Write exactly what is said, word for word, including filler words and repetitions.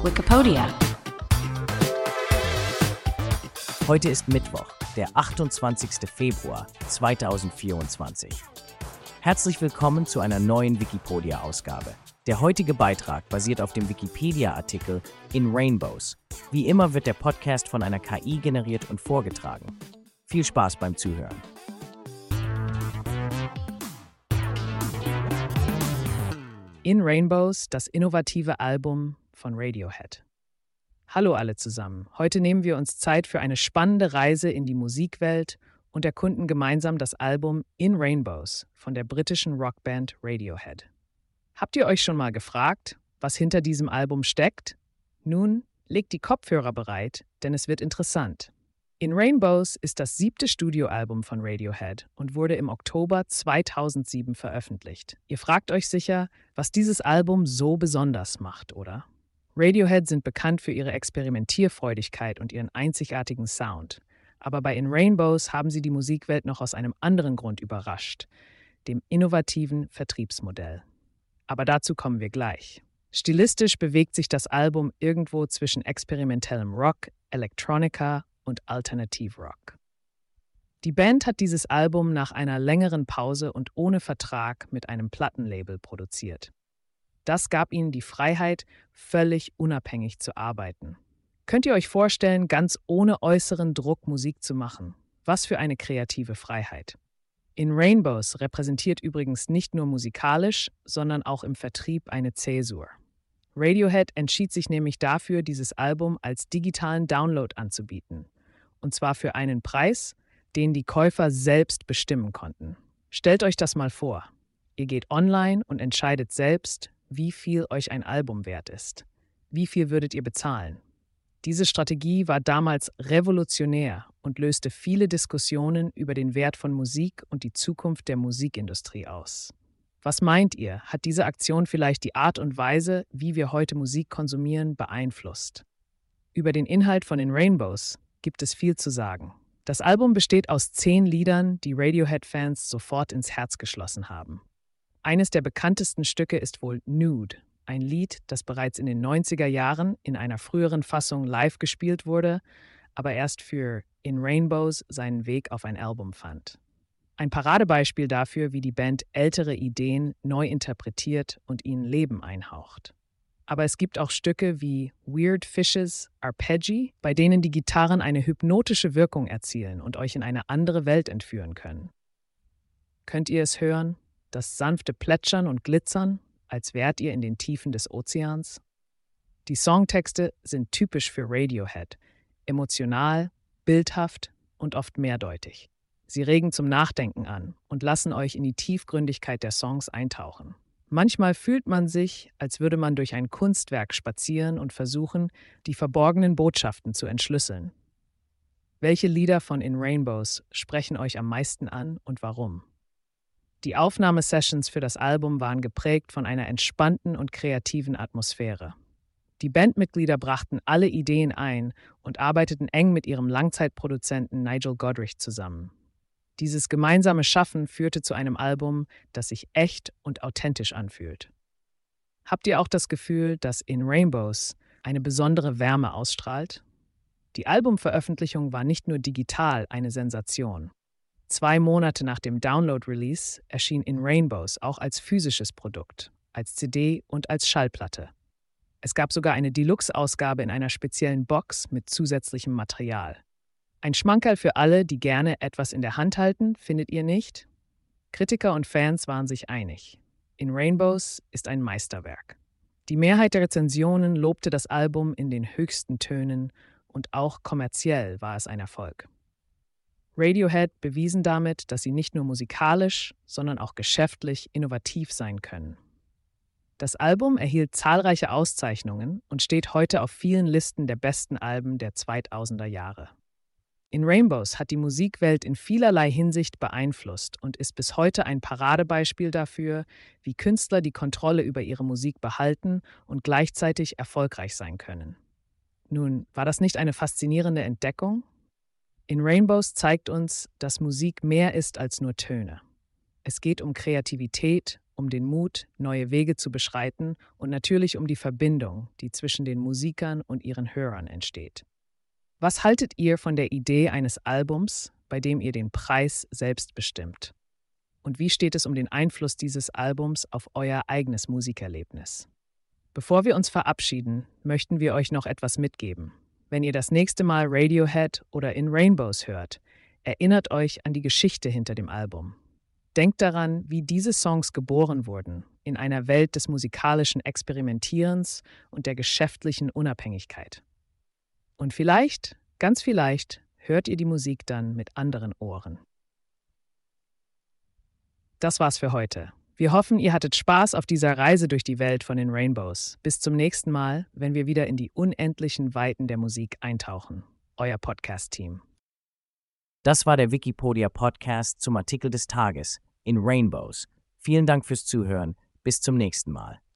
Wikipedia. Heute ist Mittwoch, der achtundzwanzigster Februar zweitausendvierundzwanzig. Herzlich willkommen zu einer neuen Wikipedia-Ausgabe. Der heutige Beitrag basiert auf dem Wikipedia-Artikel In Rainbows. Wie immer wird der Podcast von einer K I generiert und vorgetragen. Viel Spaß beim Zuhören. In Rainbows, das innovative Album von Radiohead. Hallo alle zusammen. Heute nehmen wir uns Zeit für eine spannende Reise in die Musikwelt und erkunden gemeinsam das Album In Rainbows von der britischen Rockband Radiohead. Habt ihr euch schon mal gefragt, was hinter diesem Album steckt? Nun, legt die Kopfhörer bereit, denn es wird interessant. In Rainbows ist das siebte Studioalbum von Radiohead und wurde im Oktober zweitausendsieben veröffentlicht. Ihr fragt euch sicher, was dieses Album so besonders macht, oder? Radiohead sind bekannt für ihre Experimentierfreudigkeit und ihren einzigartigen Sound. Aber bei In Rainbows haben sie die Musikwelt noch aus einem anderen Grund überrascht, dem innovativen Vertriebsmodell. Aber dazu kommen wir gleich. Stilistisch bewegt sich das Album irgendwo zwischen experimentellem Rock, Electronica und Alternativrock. Die Band hat dieses Album nach einer längeren Pause und ohne Vertrag mit einem Plattenlabel produziert. Das gab ihnen die Freiheit, völlig unabhängig zu arbeiten. Könnt ihr euch vorstellen, ganz ohne äußeren Druck Musik zu machen? Was für eine kreative Freiheit. In Rainbows repräsentiert übrigens nicht nur musikalisch, sondern auch im Vertrieb eine Zäsur. Radiohead entschied sich nämlich dafür, dieses Album als digitalen Download anzubieten. Und zwar für einen Preis, den die Käufer selbst bestimmen konnten. Stellt euch das mal vor. Ihr geht online und entscheidet selbst, wie viel euch ein Album wert ist. Wie viel würdet ihr bezahlen? Diese Strategie war damals revolutionär und löste viele Diskussionen über den Wert von Musik und die Zukunft der Musikindustrie aus. Was meint ihr, hat diese Aktion vielleicht die Art und Weise, wie wir heute Musik konsumieren, beeinflusst? Über den Inhalt von In Rainbows gibt es viel zu sagen. Das Album besteht aus zehn Liedern, die Radiohead-Fans sofort ins Herz geschlossen haben. Eines der bekanntesten Stücke ist wohl Nude, ein Lied, das bereits in den neunziger Jahren in einer früheren Fassung live gespielt wurde, aber erst für In Rainbows seinen Weg auf ein Album fand. Ein Paradebeispiel dafür, wie die Band ältere Ideen neu interpretiert und ihnen Leben einhaucht. Aber es gibt auch Stücke wie Weird Fishes Arpeggi, bei denen die Gitarren eine hypnotische Wirkung erzielen und euch in eine andere Welt entführen können. Könnt ihr es hören? Das sanfte Plätschern und Glitzern, als wärt ihr in den Tiefen des Ozeans? Die Songtexte sind typisch für Radiohead, emotional, bildhaft und oft mehrdeutig. Sie regen zum Nachdenken an und lassen euch in die Tiefgründigkeit der Songs eintauchen. Manchmal fühlt man sich, als würde man durch ein Kunstwerk spazieren und versuchen, die verborgenen Botschaften zu entschlüsseln. Welche Lieder von In Rainbows sprechen euch am meisten an und warum? Die Aufnahmesessions für das Album waren geprägt von einer entspannten und kreativen Atmosphäre. Die Bandmitglieder brachten alle Ideen ein und arbeiteten eng mit ihrem Langzeitproduzenten Nigel Godrich zusammen. Dieses gemeinsame Schaffen führte zu einem Album, das sich echt und authentisch anfühlt. Habt ihr auch das Gefühl, dass In Rainbows eine besondere Wärme ausstrahlt? Die Albumveröffentlichung war nicht nur digital eine Sensation. Zwei Monate nach dem Download-Release erschien In Rainbows auch als physisches Produkt, als C D und als Schallplatte. Es gab sogar eine Deluxe-Ausgabe in einer speziellen Box mit zusätzlichem Material. Ein Schmankerl für alle, die gerne etwas in der Hand halten, findet ihr nicht? Kritiker und Fans waren sich einig. In Rainbows ist ein Meisterwerk. Die Mehrheit der Rezensionen lobte das Album in den höchsten Tönen und auch kommerziell war es ein Erfolg. Radiohead bewiesen damit, dass sie nicht nur musikalisch, sondern auch geschäftlich innovativ sein können. Das Album erhielt zahlreiche Auszeichnungen und steht heute auf vielen Listen der besten Alben der zweitausender Jahre. In Rainbows hat die Musikwelt in vielerlei Hinsicht beeinflusst und ist bis heute ein Paradebeispiel dafür, wie Künstler die Kontrolle über ihre Musik behalten und gleichzeitig erfolgreich sein können. Nun, war das nicht eine faszinierende Entdeckung? In Rainbows zeigt uns, dass Musik mehr ist als nur Töne. Es geht um Kreativität um den Mut, neue Wege zu beschreiten und natürlich um die Verbindung, die zwischen den Musikern und ihren Hörern entsteht. Was haltet ihr von der Idee eines Albums, bei dem ihr den Preis selbst bestimmt? Und wie steht es um den Einfluss dieses Albums auf euer eigenes Musikerlebnis? Bevor wir uns verabschieden, möchten wir euch noch etwas mitgeben. Wenn ihr das nächste Mal Radiohead oder In Rainbows hört, erinnert euch an die Geschichte hinter dem Album. Denkt daran, wie diese Songs geboren wurden, in einer Welt des musikalischen Experimentierens und der geschäftlichen Unabhängigkeit. Und vielleicht, ganz vielleicht, hört ihr die Musik dann mit anderen Ohren. Das war's für heute. Wir hoffen, ihr hattet Spaß auf dieser Reise durch die Welt von den Rainbows. Bis zum nächsten Mal, wenn wir wieder in die unendlichen Weiten der Musik eintauchen. Euer Podcast-Team. Das war der Wikipedia-Podcast zum Artikel des Tages In Rainbows. Vielen Dank fürs Zuhören. Bis zum nächsten Mal.